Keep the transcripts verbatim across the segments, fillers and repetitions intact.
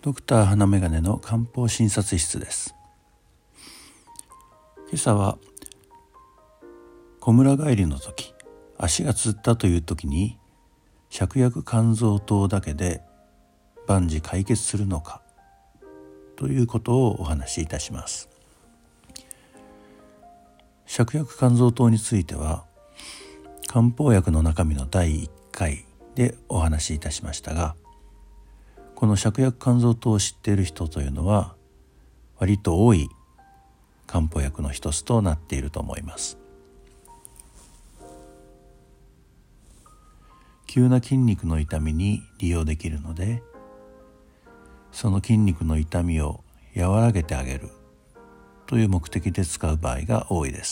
ドクター花眼鏡の漢方診察室です。今朝は小村帰りの時、足がつったという時に芍薬甘草湯だけで万事解決するのかということをお話しいたします。芍薬甘草湯については漢方薬の中身のだいいっかいでお話しいたしましたが、この芍薬甘草湯を知っている人というのは割と多い漢方薬の一つとなっていると思います。急な筋肉の痛みに利用できるので、その筋肉の痛みを和らげてあげるという目的で使う場合が多いです。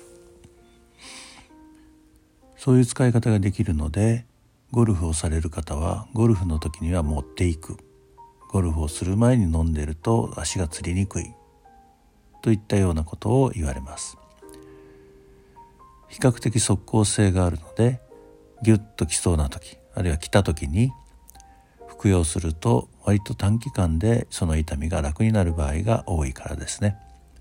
そういう使い方ができるので、ゴルフをされる方はゴルフの時には持っていく、ゴルフをする前に飲んでいると足がつりにくいといったようなことを言われます。比較的即効性があるので、ギュッときそうな時、あるいは来た時に服用すると割と短期間でその痛みが楽になる場合が多いからですね。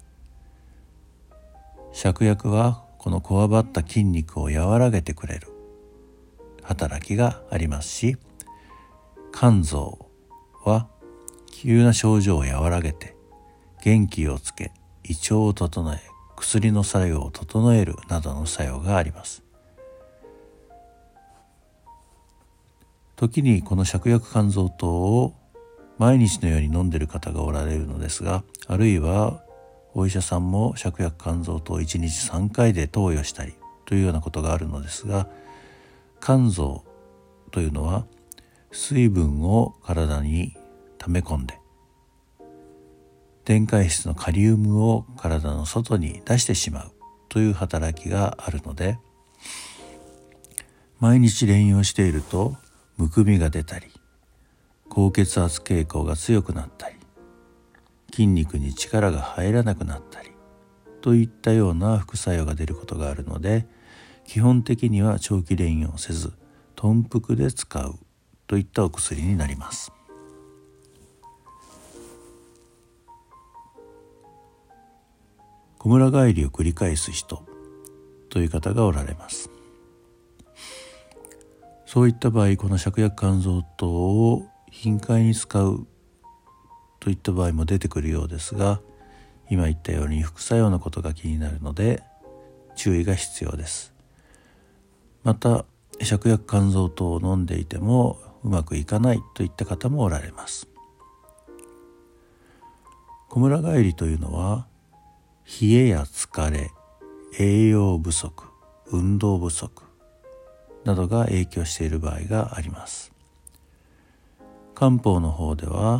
芍薬はこのこわばった筋肉を和らげてくれる働きがありますし、甘草は急な症状を和らげて元気をつけ、胃腸を整え、薬の作用を整えるなどの作用があります。時にこの芍薬甘草湯を毎日のように飲んでいる方がおられるのですが、あるいはお医者さんも芍薬甘草湯をいちにちさんかいで投与したりというようなことがあるのですが、甘草というのは水分を体に溜め込んで、電解質のカリウムを体の外に出してしまうという働きがあるので、毎日連用しているとむくみが出たり、高血圧傾向が強くなったり、筋肉に力が入らなくなったりといったような副作用が出ることがあるので、基本的には長期連用せず頓服で使うといったお薬になります。小村帰りを繰り返す人という方がおられます。そういった場合、この芍薬甘草湯を頻回に使うといった場合も出てくるようですが、今言ったように副作用のことが気になるので注意が必要です。また芍薬甘草湯を飲んでいてもうまくいかないといった方もおられます。小村帰りというのは冷えや疲れ、栄養不足、運動不足などが影響している場合があります。漢方の方では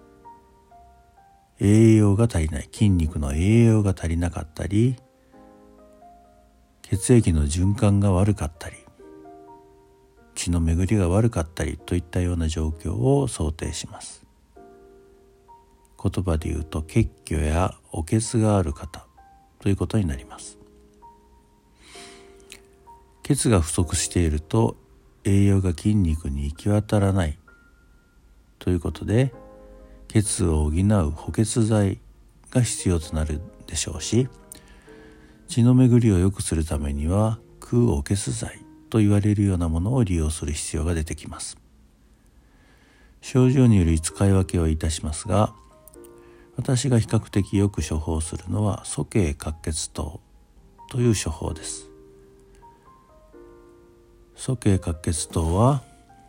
栄養が足りない、筋肉の栄養が足りなかったり、血液の循環が悪かったり、血の巡りが悪かったりといったような状況を想定します。言葉で言うと血虚やお血がある方ということになります。血が不足していると栄養が筋肉に行き渡らないということで、血を補う補血剤が必要となるでしょうし、血の巡りを良くするためには空お血剤と言われるようなものを利用する必要が出てきます。症状による使い分けをいたしますが、私が比較的よく処方するのは鼠径滑血湯という処方です。鼠径滑血湯は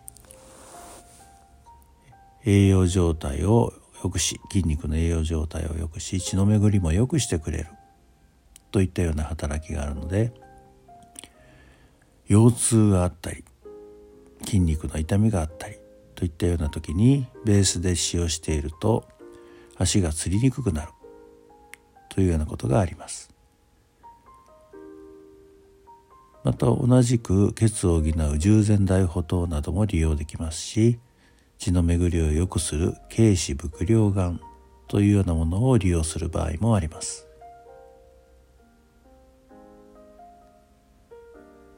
栄養状態を良くし、筋肉の栄養状態を良くし、血の巡りも良くしてくれるといったような働きがあるので、腰痛があったり、筋肉の痛みがあったりといったような時にベースで使用していると足がつりにくくなるというようなことがあります。また同じく血を補う従前大補湯なども利用できますし、血の巡りを良くする軽視伏量丸というようなものを利用する場合もあります。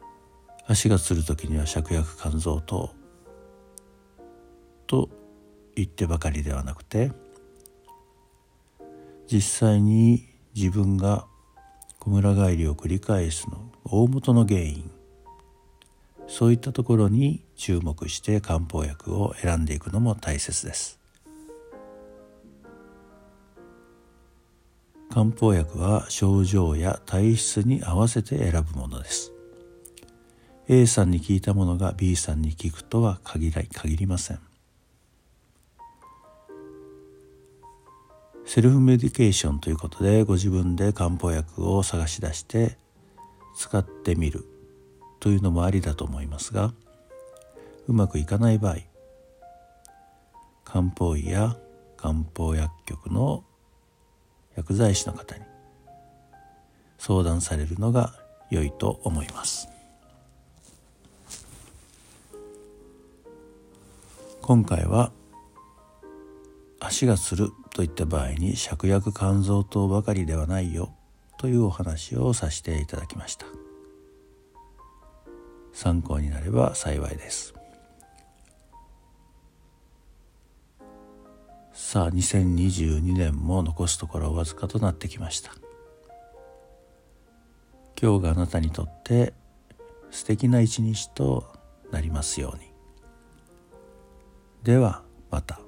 足がつるときには芍薬甘草湯と言ってばかりではなくて、実際に自分がこむら返りを繰り返すの大元の原因、そういったところに注目して漢方薬を選んでいくのも大切です。漢方薬は症状や体質に合わせて選ぶものです。A さんに効いたものが B さんに効くとは限ら限りません。セルフメディケーションということで、ご自分で漢方薬を探し出して使ってみるというのもありだと思いますが、うまくいかない場合、漢方医や漢方薬局の薬剤師の方に相談されるのが良いと思います。今回は足がつるといった場合に芍薬甘草湯ばかりではないよというお話をさせていただきました。参考になれば幸いです。さあ、にせんにじゅうにねんも残すところわずかとなってきました。今日があなたにとって素敵な一日となりますように。ではまた。